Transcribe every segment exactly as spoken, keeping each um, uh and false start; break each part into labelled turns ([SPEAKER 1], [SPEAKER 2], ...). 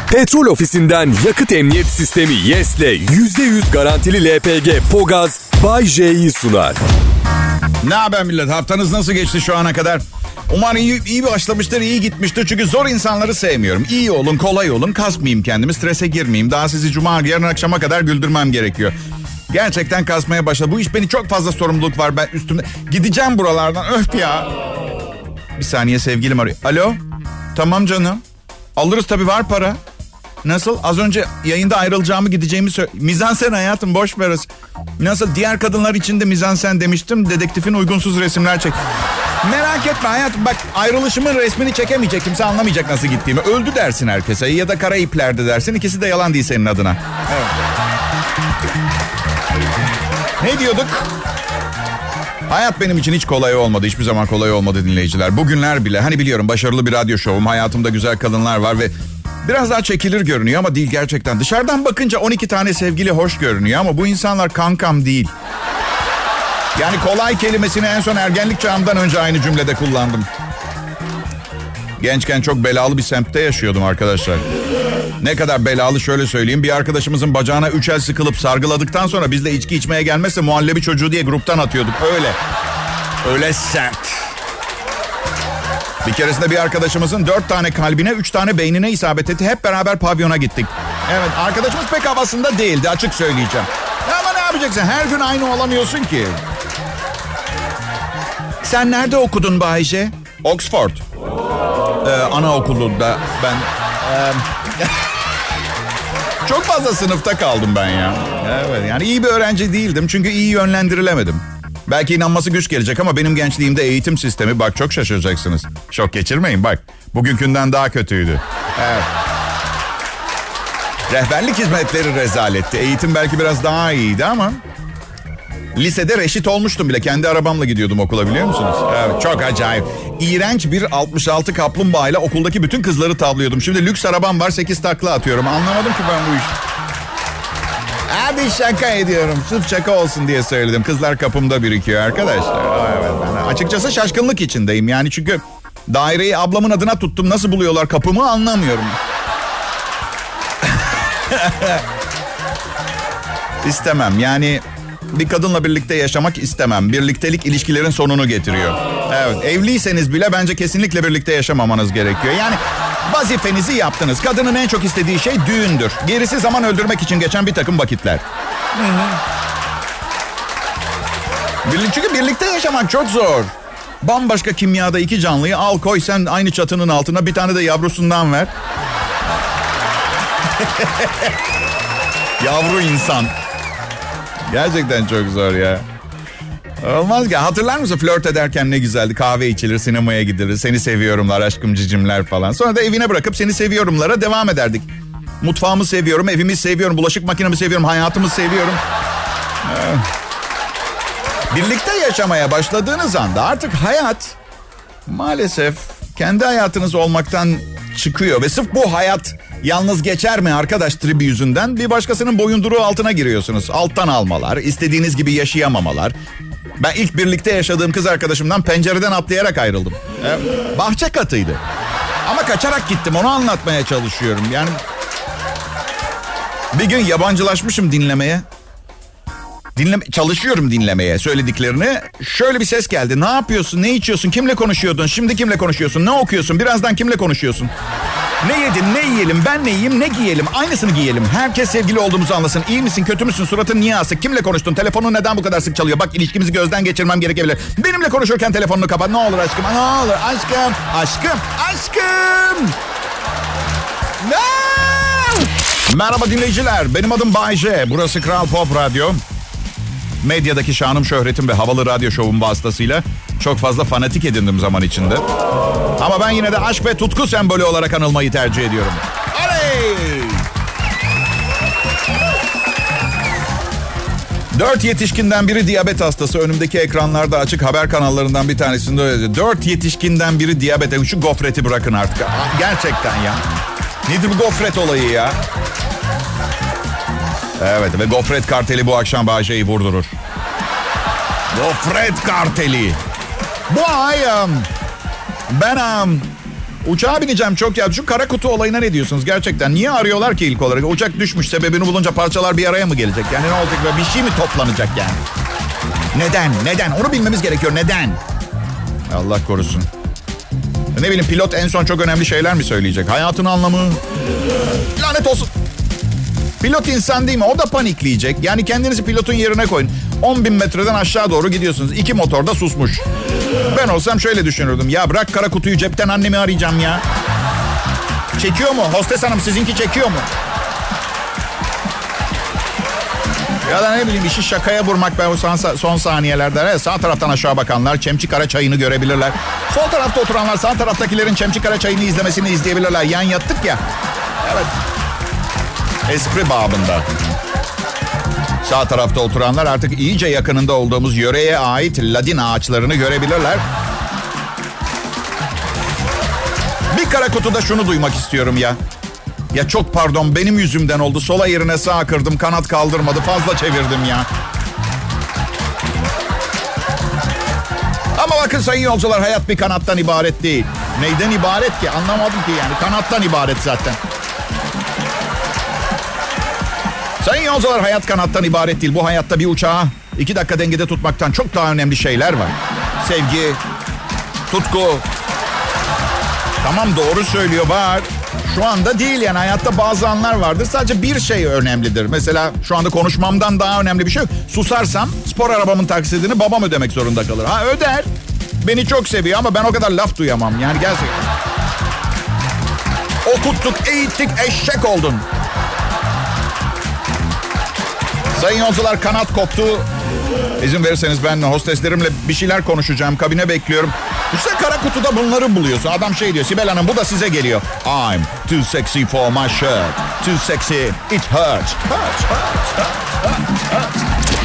[SPEAKER 1] Petrol Ofisi'nden yakıt emniyet sistemi Yes'le yüzde yüz garantili L P G Pogaz Bay J'yi sunar.
[SPEAKER 2] Ne haber millet? Haftanız nasıl geçti şu ana kadar? Umarım iyi, iyi başlamıştır, iyi gitmiştir. Çünkü zor insanları sevmiyorum. İyi olun, kolay olun, kasmayayım kendimi, strese girmeyeyim. Daha sizi cuma, yarın akşama kadar güldürmem gerekiyor. Gerçekten kasmaya başladı. Bu iş beni çok fazla sorumluluk var. Ben üstümde gideceğim buralardan. Öf ya. Bir saniye, sevgilim arıyor. Alo? Tamam canım. Alırız tabii, var para. Nasıl? Az önce yayında ayrılacağımı, gideceğimi söyle. Mizansen hayatım, boş ver. Nasıl? Diğer kadınlar için de mizansen demiştim. Dedektifin uygunsuz resimler çek. Merak etme hayatım, bak ayrılışımın resmini çekemeyecek, kimse anlamayacak nasıl gittiğimi. Öldü dersin herkese ya da kara iplerde dersin. İkisi de yalan değil senin adına. Evet. Ne diyorduk? Hayat benim için hiç kolay olmadı. Hiçbir zaman kolay olmadı dinleyiciler. Bugünler bile, hani biliyorum başarılı bir radyo şovum. Hayatımda güzel kadınlar var ve biraz daha çekilir görünüyor ama değil gerçekten. Dışarıdan bakınca on iki tane sevgili hoş görünüyor ama bu insanlar kankam değil. Yani kolay kelimesini en son ergenlik çağımdan önce aynı cümlede kullandım. Gençken çok belalı bir semtte yaşıyordum arkadaşlar. Ne kadar belalı şöyle söyleyeyim. Bir arkadaşımızın bacağına üç el sıkılıp sargıladıktan sonra bizle içki içmeye gelmezse muhallebi çocuğu diye gruptan atıyorduk. Öyle. Öyle sert. Bir keresinde bir arkadaşımızın dört tane kalbine, üç tane beynine isabet etti. Hep beraber pavyona gittik. Evet, arkadaşımız pek havasında değildi, açık söyleyeceğim. Ama ne yapacaksın? Her gün aynı olamıyorsun ki. Sen nerede okudun Bayce? Oxford. Ee, anaokulunda ben... E, çok fazla sınıfta kaldım ben ya. Evet, yani iyi bir öğrenci değildim çünkü iyi yönlendirilemedim. Belki inanması güç gelecek ama benim gençliğimde eğitim sistemi, bak çok şaşıracaksınız. Şok geçirmeyin bak. Bugünkünden daha kötüydü. Evet. Rehberlik hizmetleri rezaletti. Eğitim belki biraz daha iyiydi ama... Lisede reşit olmuştum bile. Kendi arabamla gidiyordum okula, biliyor musunuz? Evet, çok acayip. İğrenç bir altmış altı kaplumbağa ile okuldaki bütün kızları tavlıyordum. Şimdi lüks arabam var, sekiz takla atıyorum. Anlamadım ki ben bu işi. Hadi şaka ediyorum. Sırf şaka olsun diye söyledim. Kızlar kapımda birikiyor arkadaşlar. Evet, ben açıkçası şaşkınlık içindeyim. Yani çünkü daireyi ablamın adına tuttum. Nasıl buluyorlar kapımı anlamıyorum. İstemem yani... Bir kadınla birlikte yaşamak istemem. Birliktelik ilişkilerin sonunu getiriyor. Evet, evliyseniz bile bence kesinlikle birlikte yaşamamanız gerekiyor. Yani vazifenizi yaptınız. Kadının en çok istediği şey düğündür. Gerisi zaman öldürmek için geçen bir takım vakitler. Hı hı. Çünkü birlikte yaşamak çok zor. Bambaşka kimyada iki canlıyı al koy sen aynı çatının altına, bir tane de yavrusundan ver. Yavru insan. Gerçekten çok zor ya. Olmaz ki. Hatırlar mısın flört ederken ne güzeldi. Kahve içilir, sinemaya gidilir. Seni seviyorumlar, aşkım cicimler falan. Sonra da evine bırakıp seni seviyorumlara devam ederdik. Mutfağımı seviyorum, evimi seviyorum, bulaşık makinemi seviyorum, hayatımı seviyorum. Birlikte yaşamaya başladığınız anda artık hayat maalesef kendi hayatınız olmaktan çıkıyor. Ve sırf bu hayat yalnız geçer mi arkadaş tribi yüzünden bir başkasının boyunduruğu altına giriyorsunuz. Alttan almalar, istediğiniz gibi yaşayamamalar. Ben ilk birlikte yaşadığım kız arkadaşımdan pencereden atlayarak ayrıldım. Ee, bahçe katıydı. Ama kaçarak gittim, onu anlatmaya çalışıyorum. Yani bir gün yabancılaşmışım dinlemeye. Dinleme, çalışıyorum dinlemeye söylediklerini. Şöyle bir ses geldi. Ne yapıyorsun, ne içiyorsun, kimle konuşuyordun, şimdi kimle konuşuyorsun, ne okuyorsun, birazdan kimle konuşuyorsun? Ne yedin, ne yiyelim, ben ne yiyeyim, ne giyelim, aynısını giyelim. Herkes sevgili olduğumuzu anlasın. İyi misin, kötü müsün, suratın niye asık, kimle konuştun, telefonun neden bu kadar sık çalıyor? Bak ilişkimizi gözden geçirmem gerekebilir. Benimle konuşurken telefonunu kapat, ne olur aşkım, ne olur aşkım, aşkım, aşkım. No! Merhaba dinleyiciler, benim adım Bay J. Burası Kral Pop Radyo. Medyadaki şanım, şöhretim ve havalı radyo şovum vasıtasıyla çok fazla fanatik edindim zaman içinde. Ama ben yine de aşk ve tutku sembolü olarak anılmayı tercih ediyorum. Oley! Dört yetişkinden biri diyabet hastası. Önümdeki ekranlarda açık haber kanallarından bir tanesinde öyle. Dört yetişkinden biri diyabet. Şu gofreti bırakın artık. Gerçekten ya. Nedir bu gofret olayı ya? Evet ve gofret karteli bu akşam Bahçe'yi vurdurur. Gofret karteli. Bu ay um, ben um, Uçağa bineceğim çok ya. Şu kara kutu olayına ne diyorsunuz gerçekten? Niye arıyorlar ki ilk olarak? Uçak düşmüş, sebebini bulunca parçalar bir araya mı gelecek? Yani ne olacak? Bir şey mi toplanacak yani? Neden? Neden? Onu bilmemiz gerekiyor. Neden? Allah korusun. Ne bileyim, pilot en son çok önemli şeyler mi söyleyecek? Hayatın anlamı. Lanet olsun. Pilot insan değil mi? O da panikleyecek. Yani kendinizi pilotun yerine koyun. on bin metreden aşağı doğru gidiyorsunuz. İki motor da susmuş. Ben olsam şöyle düşünürdüm. Ya bırak kara kutuyu, cepten annemi arayacağım ya. Çekiyor mu? Hostes hanım, sizinki çekiyor mu? Ya da ne bileyim, işi şakaya vurmak. Ben o son, son saniyelerde evet, sağ taraftan aşağı bakanlar Çemçik Kara çayını görebilirler. Sol tarafta oturanlar sağ taraftakilerin Çemçik Kara çayını izlemesini izleyebilirler. Yan yattık ya. Evet. Espri babında. Sağ tarafta oturanlar artık iyice yakınında olduğumuz yöreye ait ladin ağaçlarını görebilirler. Bir kara kutuda şunu duymak istiyorum ya. Ya çok pardon, benim yüzümden oldu. Sola yerine sağa kırdım, kanat kaldırmadı, fazla çevirdim ya. Ama bakın sayın yolcular, hayat bir kanattan ibaret değil. Neyden ibaret ki? Anlamadım ki yani. Kanattan ibaret zaten. Sayın yolcular, hayat kanattan ibaret değil. Bu hayatta bir uçağı iki dakika dengede tutmaktan çok daha önemli şeyler var. Sevgi, tutku. Tamam, doğru söylüyor, var. Şu anda değil yani, hayatta bazı anlar vardır. Sadece bir şey önemlidir. Mesela şu anda konuşmamdan daha önemli bir şey yok. Susarsam spor arabamın taksidini babam ödemek zorunda kalır. Ha, öder. Beni çok seviyor ama ben o kadar laf duyamam. Yani gerçekten. Okuttuk, eğittik, eşek oldun. Sayın yolcular, kanat koptu. İzin verirseniz ben hosteslerimle bir şeyler konuşacağım. Kabine bekliyorum. İşte kara kutuda bunları buluyorsun. Adam şey diyor, Sibel Hanım bu da size geliyor. I'm too sexy for my shirt. Too sexy, it hurts. Hurts, hurts, hurts, hurts, hurts.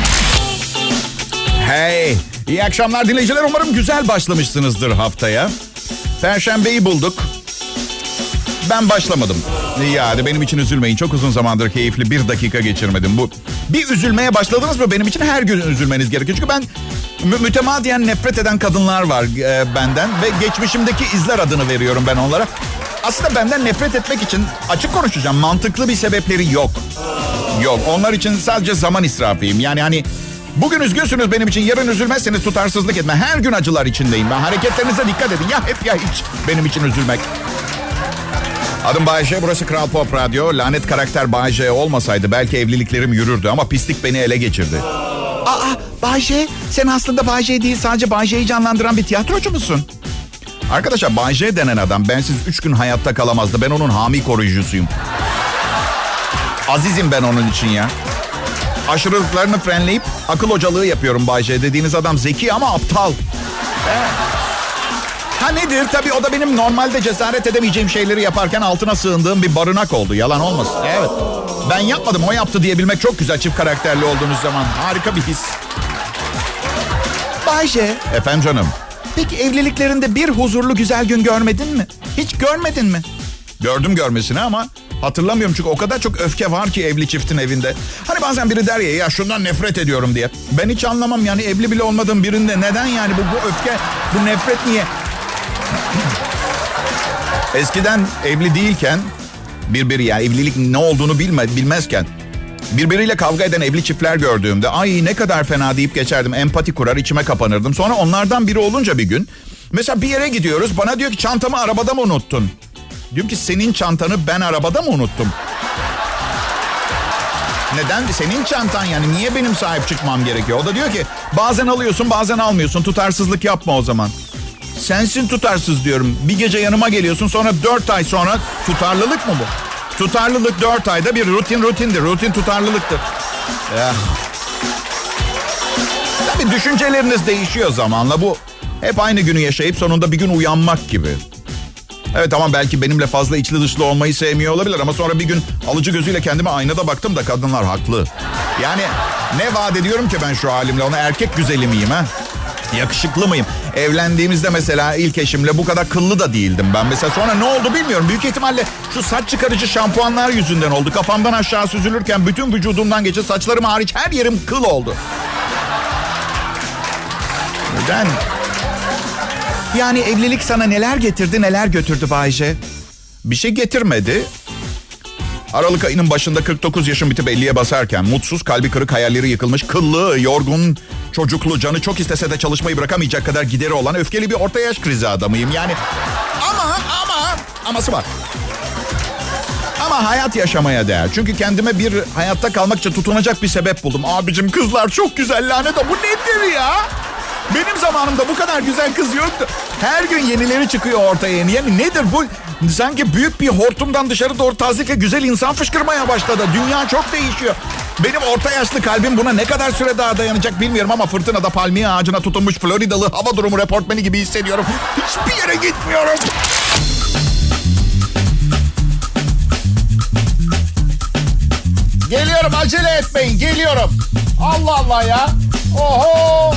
[SPEAKER 2] Hey, iyi akşamlar dinleyiciler. Umarım güzel başlamışsınızdır haftaya. Perşembeyi bulduk. Ben başlamadım. Yani benim için üzülmeyin. Çok uzun zamandır keyifli bir dakika geçirmedim. Bu bir üzülmeye başladınız mı benim için her gün üzülmeniz gerekiyor. Çünkü ben mü- mütemadiyen nefret eden kadınlar var e, benden. Ve geçmişimdeki izler adını veriyorum ben onlara. Aslında benden nefret etmek için açık konuşacağım. Mantıklı bir sebepleri yok. Yok. Onlar için sadece zaman israfıyım. Yani hani bugün üzgünsünüz benim için, yarın üzülmezseniz tutarsızlık etme. Her gün acılar içindeyim ben. Hareketlerinize dikkat edin. Ya hep ya hiç benim için üzülmek. Adım Bay J, burası Kral Pop Radyo. Lanet karakter Bay J olmasaydı belki evliliklerim yürürdü ama pislik beni ele geçirdi. Aa, Bay J, sen aslında Bay J değil, sadece Bay J'yi canlandıran bir tiyatrocu musun? Arkadaşlar, Bay J denen adam bensiz üç gün hayatta kalamazdı. Ben onun hami koruyucusuyum. Azizim ben onun için ya. Aşırılıklarını frenleyip akıl hocalığı yapıyorum Bay J. Dediğiniz adam zeki ama aptal. Evet. Ha nedir? Tabii o da benim normalde cesaret edemeyeceğim şeyleri yaparken altına sığındığım bir barınak oldu. Yalan olmasın. Evet. Ben yapmadım, o yaptı diyebilmek çok güzel çift karakterli olduğunuz zaman. Harika bir his. Bayce. Efendim canım. Peki evliliklerinde bir huzurlu güzel gün görmedin mi? Hiç görmedin mi? Gördüm görmesini ama hatırlamıyorum çünkü o kadar çok öfke var ki evli çiftin evinde. Hani bazen biri der ya, ya şundan nefret ediyorum diye. Ben hiç anlamam yani, evli bile olmadığım birinde neden yani bu, bu öfke, bu nefret niye? Eskiden evli değilken birbiri, yani evlilik ne olduğunu bilme, bilmezken birbiriyle kavga eden evli çiftler gördüğümde ay ne kadar fena deyip geçerdim. Empati kurar, içime kapanırdım. Sonra onlardan biri olunca bir gün mesela bir yere gidiyoruz, bana diyor ki çantamı arabada mı unuttun? Diyorum ki senin çantanı ben arabada mı unuttum? Neden? Senin çantan yani, niye benim sahip çıkmam gerekiyor? O da diyor ki bazen alıyorsun bazen almıyorsun, tutarsızlık yapma o zaman. Sensin tutarsız diyorum. Bir gece yanıma geliyorsun, sonra dört ay sonra tutarlılık mı bu? Tutarlılık dört ayda bir rutin rutindir. Rutin tutarlılıktır. Ya. Tabii düşünceleriniz değişiyor zamanla. Bu hep aynı günü yaşayıp sonunda bir gün uyanmak gibi. Evet tamam, belki benimle fazla içli dışlı olmayı sevmiyor olabilir ama sonra bir gün alıcı gözüyle kendime aynada baktım da kadınlar haklı. Yani ne vaat ediyorum ki ben şu halimle ona, erkek güzeli miyim ha? Yakışıklı mıyım? Evlendiğimizde mesela ilk eşimle bu kadar kıllı da değildim ben. Mesela sonra ne oldu bilmiyorum. Büyük ihtimalle şu saç çıkarıcı şampuanlar yüzünden oldu. Kafamdan aşağı süzülürken bütün vücudumdan geçti. Saçlarım hariç her yerim kıl oldu. Neden? Yani evlilik sana neler getirdi, neler götürdü Bayce? Bir şey getirmedi. Aralık ayının başında kırk dokuz yaşım bitip elliye basarken mutsuz, kalbi kırık, hayalleri yıkılmış, kıllı, yorgun, çocuklu, canı çok istese de çalışmayı bırakamayacak kadar gideri olan öfkeli bir orta yaş krizi adamıyım. Yani ama ama aması var. Ama hayat yaşamaya değer. Çünkü kendime bir hayatta kalmak için tutunacak bir sebep buldum. Abicim kızlar çok güzel, lanet o. Bu nedir ya? Benim zamanımda bu kadar güzel kız yoktu. Her gün yenileri çıkıyor ortaya yeni. Yani nedir bu? Sanki büyük bir hortumdan dışarı doğru tazikle güzel insan fışkırmaya başladı. Dünya çok değişiyor. Benim orta yaşlı kalbim buna ne kadar süre daha dayanacak bilmiyorum ama fırtınada palmiye ağacına tutunmuş Floridalı hava durumu reportmeni gibi hissediyorum. Hiçbir yere gitmiyorum. Geliyorum, acele etmeyin, geliyorum. Allah Allah ya. Oho.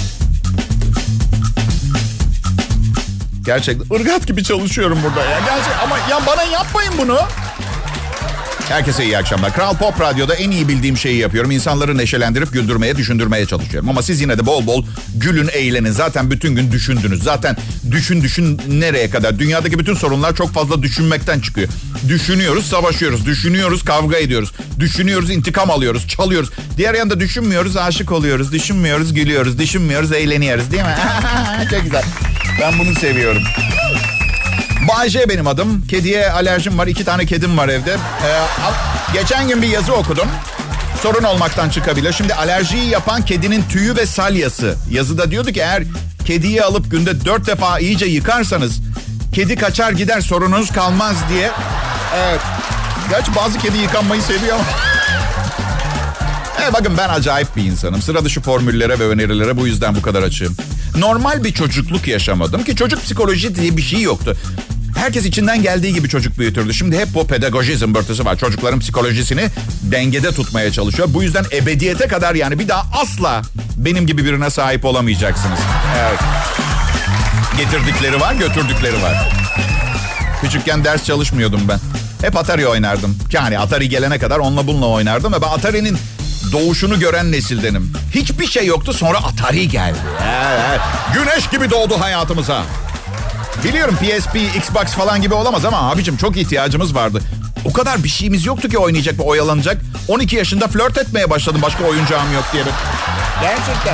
[SPEAKER 2] Gerçekten ırgat gibi çalışıyorum burada ya. Gerçekten ama ya bana yapmayın bunu. Herkese iyi akşamlar. Kral Pop Radyo'da en iyi bildiğim şeyi yapıyorum. İnsanları neşelendirip güldürmeye, düşündürmeye çalışıyorum. Ama siz yine de bol bol gülün, eğlenin. Zaten bütün gün düşündünüz. Zaten düşün düşün nereye kadar? Dünyadaki bütün sorunlar çok fazla düşünmekten çıkıyor. Düşünüyoruz, savaşıyoruz. Düşünüyoruz, kavga ediyoruz. Düşünüyoruz, intikam alıyoruz, çalıyoruz. Diğer yanda düşünmüyoruz, aşık oluyoruz. Düşünmüyoruz, gülüyoruz. Düşünmüyoruz, eğleniyoruz. Değil mi? Çok güzel. Ben bunu seviyorum. Bayce benim adım. Kediye alerjim var. İki tane kedim var evde. Ee, geçen gün bir yazı okudum. Sorun olmaktan çıkabilir. Şimdi alerjiyi yapan kedinin tüyü ve salyası. Yazıda diyordu ki eğer kediyi alıp günde dört defa iyice yıkarsanız kedi kaçar gider, sorununuz kalmaz diye. Evet. Gerçi bazı kedi yıkanmayı seviyor ama. Evet, bakın ben acayip bir insanım. Sıra dışı formüllere ve önerilere bu yüzden bu kadar açığım. Normal bir çocukluk yaşamadım ki çocuk psikoloji diye bir şey yoktu. Herkes içinden geldiği gibi çocuk büyütürdü. Şimdi hep bu pedagoji zımbırtısı var. Çocukların psikolojisini dengede tutmaya çalışıyor. Bu yüzden ebediyete kadar yani bir daha asla benim gibi birine sahip olamayacaksınız. Evet. Getirdikleri var, götürdükleri var. Küçükken ders çalışmıyordum ben. Hep Atari oynardım. Yani Atari gelene kadar onunla bununla oynardım. Ve ben Atari'nin doğuşunu gören nesildenim. Hiçbir şey yoktu, sonra Atari geldi. Evet. Güneş gibi doğdu hayatımıza. Biliyorum P S P, Xbox falan gibi olamaz ama abicim çok ihtiyacımız vardı. O kadar bir şeyimiz yoktu ki oynayacak ve oyalanacak. on iki yaşında flört etmeye başladım başka oyuncağım yok diye. Gerçekten.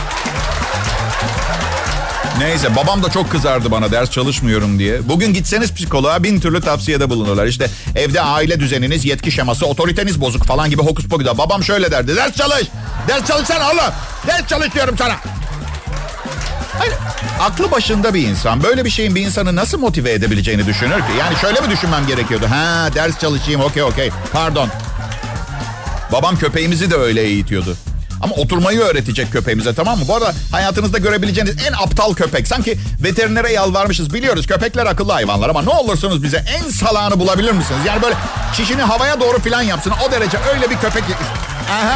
[SPEAKER 2] Neyse, babam da çok kızardı bana ders çalışmıyorum diye. Bugün gitseniz psikoloğa bin türlü tavsiyede bulunurlar. İşte evde aile düzeniniz, yetki şeması, otoriteniz bozuk falan gibi hokus pokus. Babam şöyle derdi: ders çalış. Ders çalışsana oğlum. Ders çalış diyorum sana. Hayır, aklı başında bir insan böyle bir şeyin bir insanı nasıl motive edebileceğini düşünür ki? Yani şöyle mi düşünmem gerekiyordu? Ha, ders çalışayım, okey okey. Pardon. Babam köpeğimizi de öyle eğitiyordu. Ama oturmayı öğretecek köpeğimize, tamam mı? Bu arada hayatınızda görebileceğiniz en aptal köpek. Sanki veterinere yalvarmışız. Biliyoruz köpekler akıllı hayvanlar ama ne olursunuz bize en salağını bulabilir misiniz? Yani böyle çişini havaya doğru falan yapsın. O derece öyle bir köpek. Aha.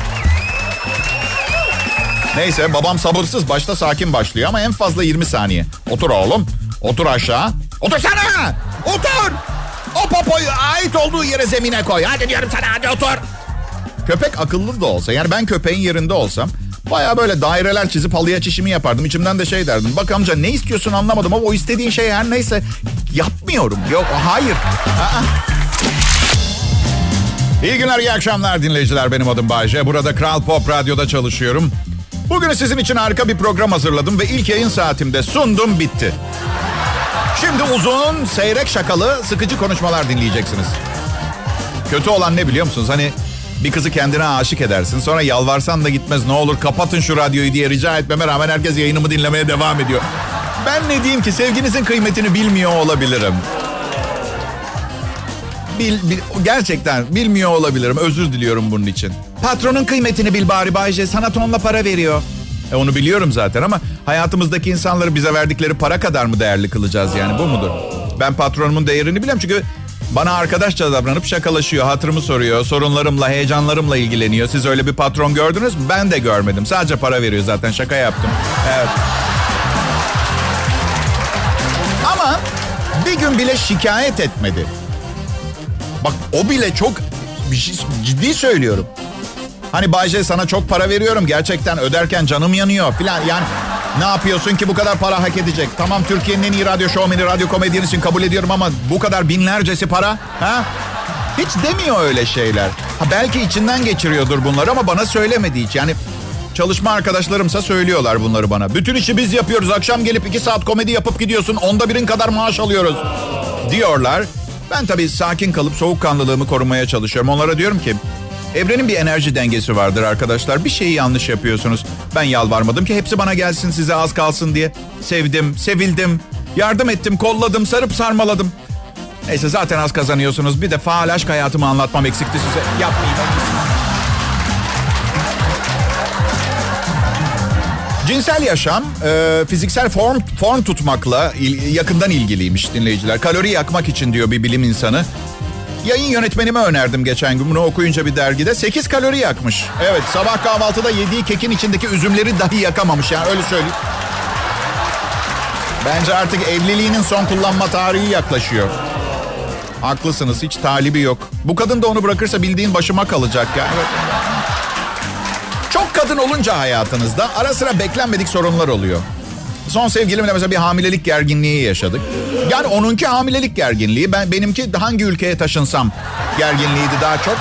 [SPEAKER 2] Neyse, babam sabırsız. Başta sakin başlıyor ama en fazla yirmi saniye. Otur oğlum. Otur aşağı. Otursana. Otur. O popoyu ait olduğu yere zemine koy. Hadi diyorum sana, hadi otur. Köpek akıllı da olsa, yani ben köpeğin yerinde olsam baya böyle daireler çizip halıya çişimi yapardım. İçimden de şey derdim: bak amca, ne istiyorsun anlamadım ama o istediğin şey her neyse yapmıyorum. Yok, hayır. Aa. İyi günler, iyi akşamlar dinleyiciler. Benim adım Bayce. Burada Kral Pop Radyo'da çalışıyorum. Bugün sizin için harika bir program hazırladım ve ilk yayın saatimde sundum, bitti. Şimdi uzun, seyrek şakalı, sıkıcı konuşmalar dinleyeceksiniz. Kötü olan ne biliyor musunuz? Hani bir kızı kendine aşık edersin. Sonra yalvarsan da gitmez. Ne olur kapatın şu radyoyu diye rica etmeme rağmen herkes yayınımı dinlemeye devam ediyor. Ben ne diyeyim ki, sevginizin kıymetini bilmiyor olabilirim. Bil, bil, gerçekten bilmiyor olabilirim. Özür diliyorum bunun için. Patronun kıymetini bil bari Bayce. Sana tonla para veriyor. E onu biliyorum zaten ama hayatımızdaki insanları bize verdikleri para kadar mı değerli kılacağız yani, bu mudur? Ben patronumun değerini biliyorum çünkü bana arkadaşça davranıp şakalaşıyor, hatırımı soruyor, sorunlarımla, heyecanlarımla ilgileniyor. Siz öyle bir patron gördünüz mü? Ben de görmedim. Sadece para veriyor zaten, şaka yaptım. Evet. Ama bir gün bile şikayet etmedi. Bak, o bile çok bir şey, ciddi söylüyorum. Hani Bayce sana çok para veriyorum, gerçekten öderken canım yanıyor falan. Yani Ne yapıyorsun ki bu kadar para hak edecek? Tamam, Türkiye'nin en iyi radyo şovmeni, radyo komedyenisin, kabul ediyorum ama bu kadar binlercesi para? Ha? Hiç demiyor öyle şeyler. Ha, belki içinden geçiriyordur bunları ama bana söylemedi hiç. Yani çalışma arkadaşlarımsa söylüyorlar bunları bana. Bütün işi biz yapıyoruz. Akşam gelip iki saat komedi yapıp gidiyorsun. Onda birin kadar maaş alıyoruz diyorlar. Ben tabii sakin kalıp soğukkanlılığımı korumaya çalışıyorum. Onlara diyorum ki evrenin bir enerji dengesi vardır arkadaşlar. Bir şeyi yanlış yapıyorsunuz. Ben yalvarmadım ki hepsi bana gelsin, size az kalsın diye. Sevdim, sevildim, yardım ettim, kolladım, sarıp sarmaladım. Neyse, zaten az kazanıyorsunuz. Bir de faal aşk hayatımı anlatmam eksikti size. Yapmayayım. Cinsel yaşam, e, fiziksel form form tutmakla il, yakından ilgiliymiş dinleyiciler. Kalori yakmak için diyor bir bilim insanı. Yayın yönetmenime önerdim geçen gün bunu okuyunca bir dergide. sekiz kalori yakmış. Evet, sabah kahvaltıda yediği kekin içindeki üzümleri dahi yakamamış. Yani öyle söyleyeyim. Bence artık evliliğinin son kullanma tarihi yaklaşıyor. Haklısınız, hiç talibi yok. Bu kadın da onu bırakırsa bildiğin başıma kalacak ya. Evet. Çok kadın olunca hayatınızda ara sıra beklenmedik sorunlar oluyor. Son sevgilimle mesela bir hamilelik gerginliği yaşadık. Yani onunki hamilelik gerginliği, ben benimki hangi ülkeye taşınsam gerginliğiydi daha çok.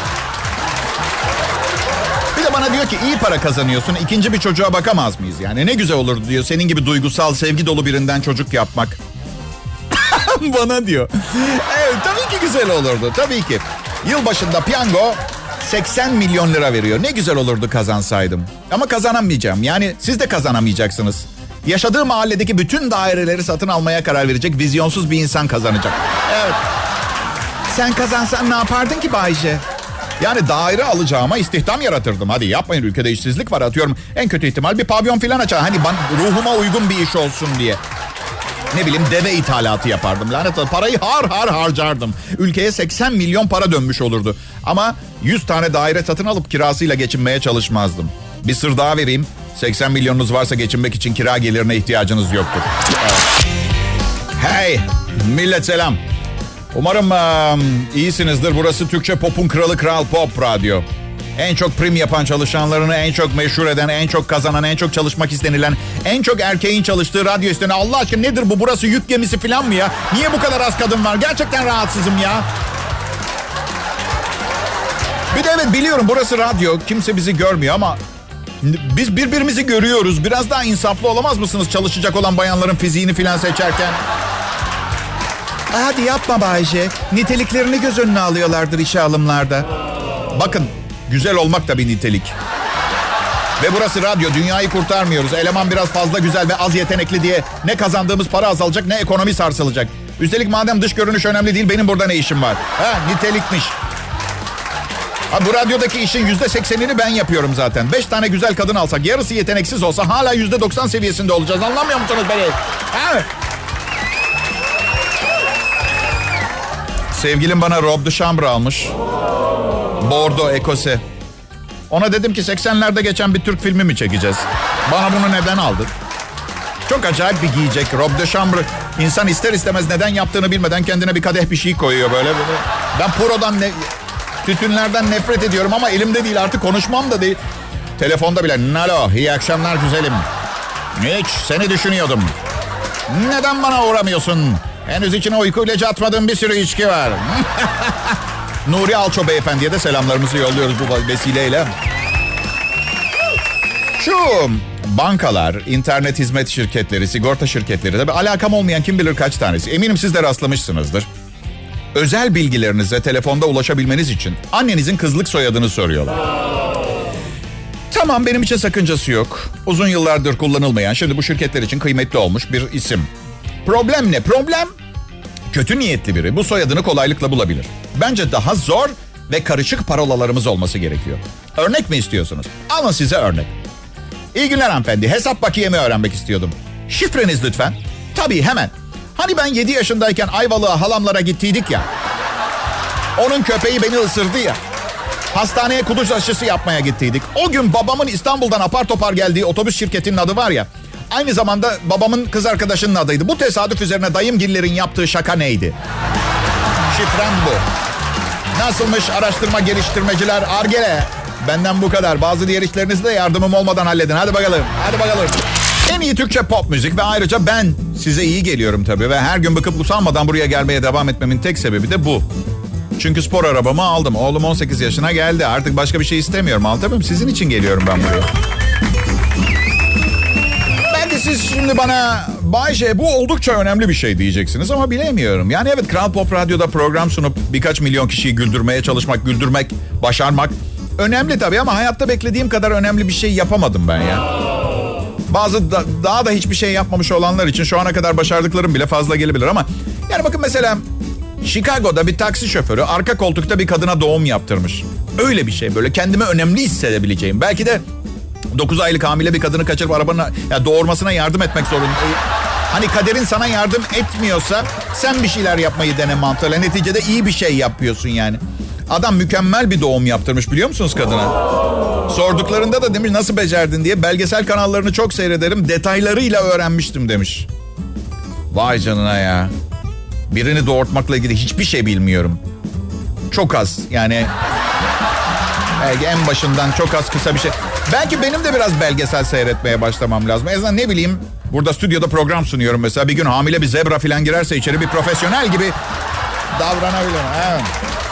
[SPEAKER 2] Bir de bana diyor ki iyi para kazanıyorsun, ikinci bir çocuğa bakamaz mıyız? Yani ne güzel olurdu diyor senin gibi duygusal, sevgi dolu birinden çocuk yapmak. Bana diyor. Evet, tabii ki güzel olurdu, tabii ki. Yılbaşında piyango seksen milyon lira veriyor. Ne güzel olurdu kazansaydım. Ama kazanamayacağım. Yani siz de kazanamayacaksınız. Yaşadığı mahalledeki bütün daireleri satın almaya karar verecek vizyonsuz bir insan kazanacak. Evet. Sen kazansan ne yapardın ki Bayce? Yani daire alacağıma istihdam yaratırdım. Hadi yapmayın, ülkede işsizlik var, atıyorum. En kötü ihtimal bir pavyon falan açar. Hani ben, ruhuma uygun bir iş olsun diye. Ne bileyim, deve ithalatı yapardım. Lanet olsun, parayı har har harcardım. Ülkeye seksen milyon para dönmüş olurdu. Ama yüz tane daire satın alıp kirasıyla geçinmeye çalışmazdım. Bir sır daha vereyim. seksen milyonunuz varsa geçinmek için kira gelirine ihtiyacınız yoktur. Evet. Hey millet, selam. Umarım um, iyisinizdir. Burası Türkçe Pop'un kralı, Kral Pop Radyo. En çok prim yapan, çalışanlarını en çok meşhur eden, en çok kazanan, en çok çalışmak istenilen, en çok erkeğin çalıştığı radyo istenen. Allah aşkına nedir bu? Burası yük gemisi falan mı ya? Niye bu kadar az kadın var? Gerçekten rahatsızım ya. Bir de evet, biliyorum burası radyo. Kimse bizi görmüyor ama biz birbirimizi görüyoruz. Biraz daha insaflı olamaz mısınız çalışacak olan bayanların fiziğini falan seçerken? Hadi yapma Bayce. Niteliklerini göz önüne alıyorlardır işe alımlarda. Bakın, güzel olmak da bir nitelik. Ve burası radyo, dünyayı kurtarmıyoruz. Eleman biraz fazla güzel ve az yetenekli diye ne kazandığımız para azalacak ne ekonomi sarsılacak. Üstelik madem dış görünüş önemli değil, benim burada ne işim var? Ha, nitelikmiş. Ha, bu radyodaki işin yüzde seksenini ben yapıyorum zaten. Beş tane güzel kadın alsak, yarısı yeteneksiz olsa hala yüzde doksan seviyesinde olacağız. Anlamıyor musunuz beni? Ha? Sevgilim bana robe de chambre almış. Bordo ekose. Ona dedim ki seksenlerde geçen bir Türk filmi mi çekeceğiz? Bana bunu neden aldın? Çok acayip bir giyecek. Robe de chambre. İnsan ister istemez neden yaptığını bilmeden kendine bir kadeh bir şey koyuyor böyle. böyle. Ben purodan, ne, tütünlerden nefret ediyorum ama elimde değil, artık konuşmam da değil. Telefonda bile "Nalo, iyi akşamlar güzelim. Hiç seni düşünüyordum. Neden bana uğramıyorsun? Henüz içine uyku ilacı atmadığım bir sürü içki var." Nuri Alço beyefendiye de selamlarımızı yolluyoruz bu vesileyle. Şu bankalar, internet hizmet şirketleri, sigorta şirketleri de alakam olmayan kim bilir kaç tanesi. Eminim siz de rastlamışsınızdır. Özel bilgilerinize telefonda ulaşabilmeniz için annenizin kızlık soyadını soruyorlar. Tamam, benim için sakıncası yok. Uzun yıllardır kullanılmayan, şimdi bu şirketler için kıymetli olmuş bir isim. Problem ne? Problem kötü niyetli biri bu soyadını kolaylıkla bulabilir. Bence daha zor ve karışık parolalarımız olması gerekiyor. Örnek mi istiyorsunuz? Alın size örnek. İyi günler hanımefendi. Hesap bakiyemi öğrenmek istiyordum. Şifreniz lütfen. Tabii, hemen. Hani ben yedi yaşındayken Ayvalık'a halamlara gittiydik ya. Onun köpeği beni ısırdı ya. Hastaneye kuduz aşısı yapmaya gittiydik. O gün babamın İstanbul'dan apar topar geldiği otobüs şirketinin adı var ya. Aynı zamanda babamın kız arkadaşının adıydı. Bu tesadüf üzerine dayımgillerin yaptığı şaka neydi? Şifrem bu. Nasılmış araştırma geliştirmeciler? Argele. Benden bu kadar. Bazı diğer işlerinizi de yardımım olmadan halledin. Hadi bakalım. Hadi bakalım. En En iyi Türkçe pop müzik ve ayrıca ben size iyi geliyorum tabii. Ve her gün bıkıp usanmadan buraya gelmeye devam etmemin tek sebebi de bu. Çünkü spor arabamı aldım. Oğlum on sekiz yaşına geldi. Artık başka bir şey istemiyorum. Anlatabiliyor muyum? Sizin için geliyorum ben buraya. Ben de siz şimdi bana Bay J bu oldukça önemli bir şey diyeceksiniz ama bilemiyorum. Yani evet, Kral Pop Radyo'da program sunup birkaç milyon kişiyi güldürmeye çalışmak, güldürmek, başarmak önemli tabii ama hayatta beklediğim kadar önemli bir şey yapamadım ben ya. Bazı da, daha da hiçbir şey yapmamış olanlar için şu ana kadar başardıklarım bile fazla gelebilir ama yani bakın mesela Chicago'da bir taksi şoförü arka koltukta bir kadına doğum yaptırmış. Öyle bir şey, böyle kendimi önemli hissedebileceğim. Belki de dokuz aylık hamile bir kadını kaçırıp arabanın yani doğurmasına yardım etmek zorunda. Hani kaderin sana yardım etmiyorsa sen bir şeyler yapmayı dene mantığıyla. Neticede iyi bir şey yapıyorsun yani. Adam mükemmel bir doğum yaptırmış, biliyor musunuz kadına? Sorduklarında da demiş nasıl becerdin diye. Belgesel kanallarını çok seyrederim, detaylarıyla öğrenmiştim demiş. Vay canına ya. Birini doğurtmakla ilgili hiçbir şey bilmiyorum. Çok az yani. Belki en başından çok az kısa bir şey. Belki benim de biraz belgesel seyretmeye başlamam lazım. En azından ne bileyim, burada stüdyoda program sunuyorum mesela. Bir gün hamile bir zebra falan girerse içeri bir profesyonel gibi davranabilirim. Evet.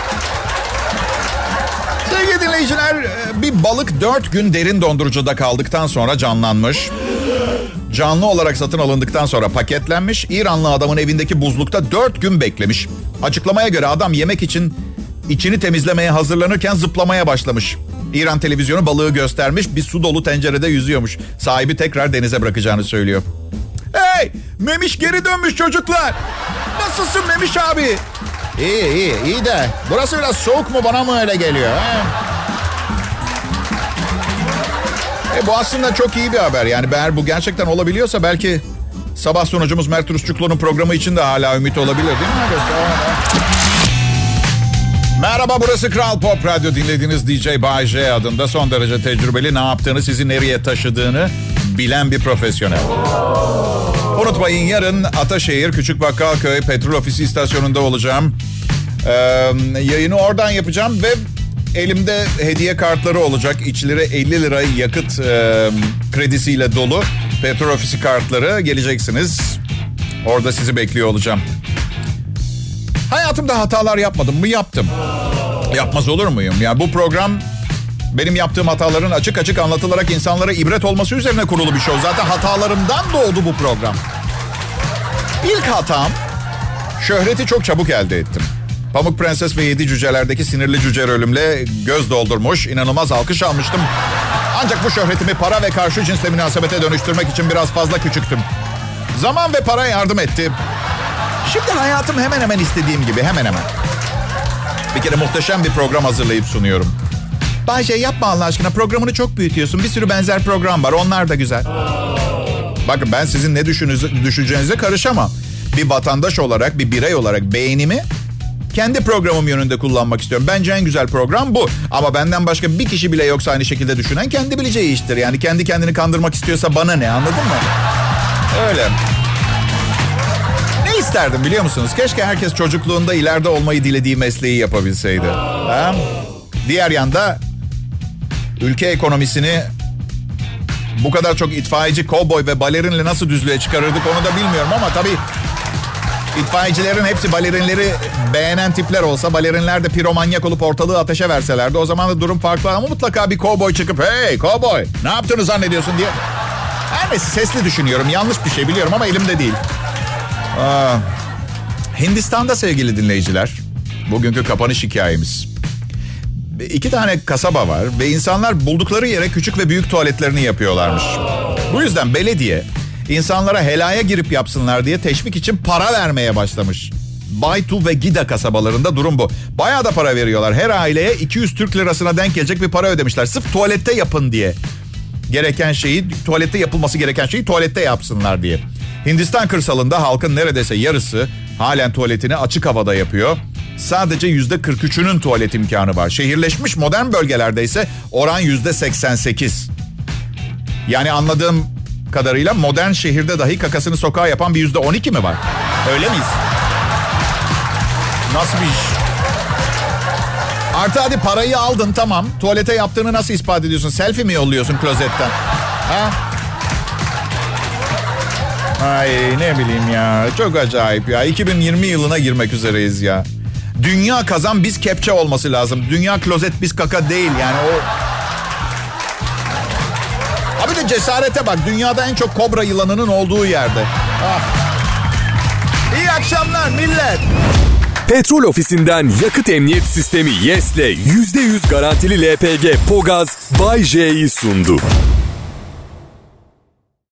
[SPEAKER 2] Sevgili dinleyiciler, bir balık dört gün derin dondurucuda kaldıktan sonra canlanmış. Canlı olarak satın alındıktan sonra paketlenmiş. İranlı adamın evindeki buzlukta dört gün beklemiş. Açıklamaya göre adam yemek için içini temizlemeye hazırlanırken zıplamaya başlamış. İran televizyonu balığı göstermiş, bir su dolu tencerede yüzüyormuş. Sahibi tekrar denize bırakacağını söylüyor. Hey! Memiş geri dönmüş çocuklar. Nasılsın Memiş abi? İyi iyi iyi de burası biraz soğuk mu, bana mı öyle geliyor? He? E, bu aslında çok iyi bir haber. Yani eğer bu gerçekten olabiliyorsa belki sabah sunucumuz Mert Rusçuklu'nun programı için de hala ümit olabilir değil mi? Merhaba, burası Kral Pop Radyo. Dinlediğiniz D J Bay J adında son derece tecrübeli, ne yaptığını, sizi nereye taşıdığını bilen bir profesyonel. Unutmayın, yarın Ataşehir Küçükbakkalköy Petrol Ofisi istasyonunda olacağım. Ee, yayını oradan yapacağım ve elimde hediye kartları olacak. İçleri elli lira yakıt e, kredisiyle dolu Petrol Ofisi kartları. Geleceksiniz. Orada sizi bekliyor olacağım. Hayatımda hatalar yapmadım mı? Yaptım. Yapmaz olur muyum? Yani bu program benim yaptığım hataların açık açık anlatılarak insanlara ibret olması üzerine kurulu bir show. Zaten hatalarımdan doğdu bu program. İlk hatam, şöhreti çok çabuk elde ettim. Pamuk Prenses ve Yedi Cüceler'deki sinirli cüce rolümle göz doldurmuş, inanılmaz alkış almıştım. Ancak bu şöhretimi para ve karşı cinsle münasebete dönüştürmek için biraz fazla küçüktüm. Zaman ve para yardım etti. Şimdi hayatım hemen hemen istediğim gibi, hemen hemen. Bir kere muhteşem bir program hazırlayıp sunuyorum. Bay J, yapma Allah aşkına, programını çok büyütüyorsun. Bir sürü benzer program var, onlar da güzel. Bakın, ben sizin ne düşüneceğinize karışamam. Bir vatandaş olarak, bir birey olarak beynimi kendi programım yönünde kullanmak istiyorum. Bence en güzel program bu. Ama benden başka bir kişi bile yoksa aynı şekilde düşünen kendi bileceği iştir. Yani kendi kendini kandırmak istiyorsa bana ne, anladın mı? Öyle. Ne isterdim biliyor musunuz? Keşke herkes çocukluğunda ileride olmayı dilediği mesleği yapabilseydi. Ha? Diğer yanda ülke ekonomisini bu kadar çok itfaiyeci, kovboy ve balerinle nasıl düzlüğe çıkarırdık onu da bilmiyorum ama tabii itfaiyecilerin hepsi balerinleri beğenen tipler olsa, balerinler de piromanyak olup ortalığı ateşe verselerdi, o zaman da durum farklı. Ama mutlaka bir kovboy çıkıp hey kovboy ne yaptığını zannediyorsun diye. Her neyse, sesli düşünüyorum, yanlış bir şey biliyorum ama elimde değil. Aa, Hindistan'da sevgili dinleyiciler, bugünkü kapanış hikayemiz. İki tane kasaba var ve insanlar buldukları yere küçük ve büyük tuvaletlerini yapıyorlarmış. Bu yüzden belediye insanlara helaya girip yapsınlar diye teşvik için para vermeye başlamış. Baytu ve Gida kasabalarında durum bu. Bayağı da para veriyorlar. Her aileye iki yüz Türk lirasına denk gelecek bir para ödemişler. Sırf tuvalette yapın diye. Gereken şeyi, tuvalette yapılması gereken şeyi tuvalette yapsınlar diye. Hindistan kırsalında halkın neredeyse yarısı halen tuvaletini açık havada yapıyor. Sadece yüzde kırk üçünün tuvalet imkanı var. Şehirleşmiş modern bölgelerde ise oran yüzde seksen sekiz. Yani anladığım kadarıyla modern şehirde dahi kakasını sokağa yapan bir yüzde on iki mi var? Öyle miyiz? Nasıl bir iş? Artı hadi parayı aldın, tamam. Tuvalete yaptığını nasıl ispat ediyorsun? Selfie mi yolluyorsun klozetten? Ha? Ay ne bileyim ya. Çok acayip ya. iki bin yirmi yılına girmek üzereyiz ya. Dünya kazan biz kepçe olması lazım. Dünya klozet biz kaka değil yani o... Abi de cesarete bak. Dünyada en çok kobra yılanının olduğu yerde. Ah. İyi akşamlar millet.
[SPEAKER 1] Petrol Ofisi'nden yakıt emniyet sistemi Yes'le yüzde yüz garantili L P G Pogaz Bay J'yi sundu.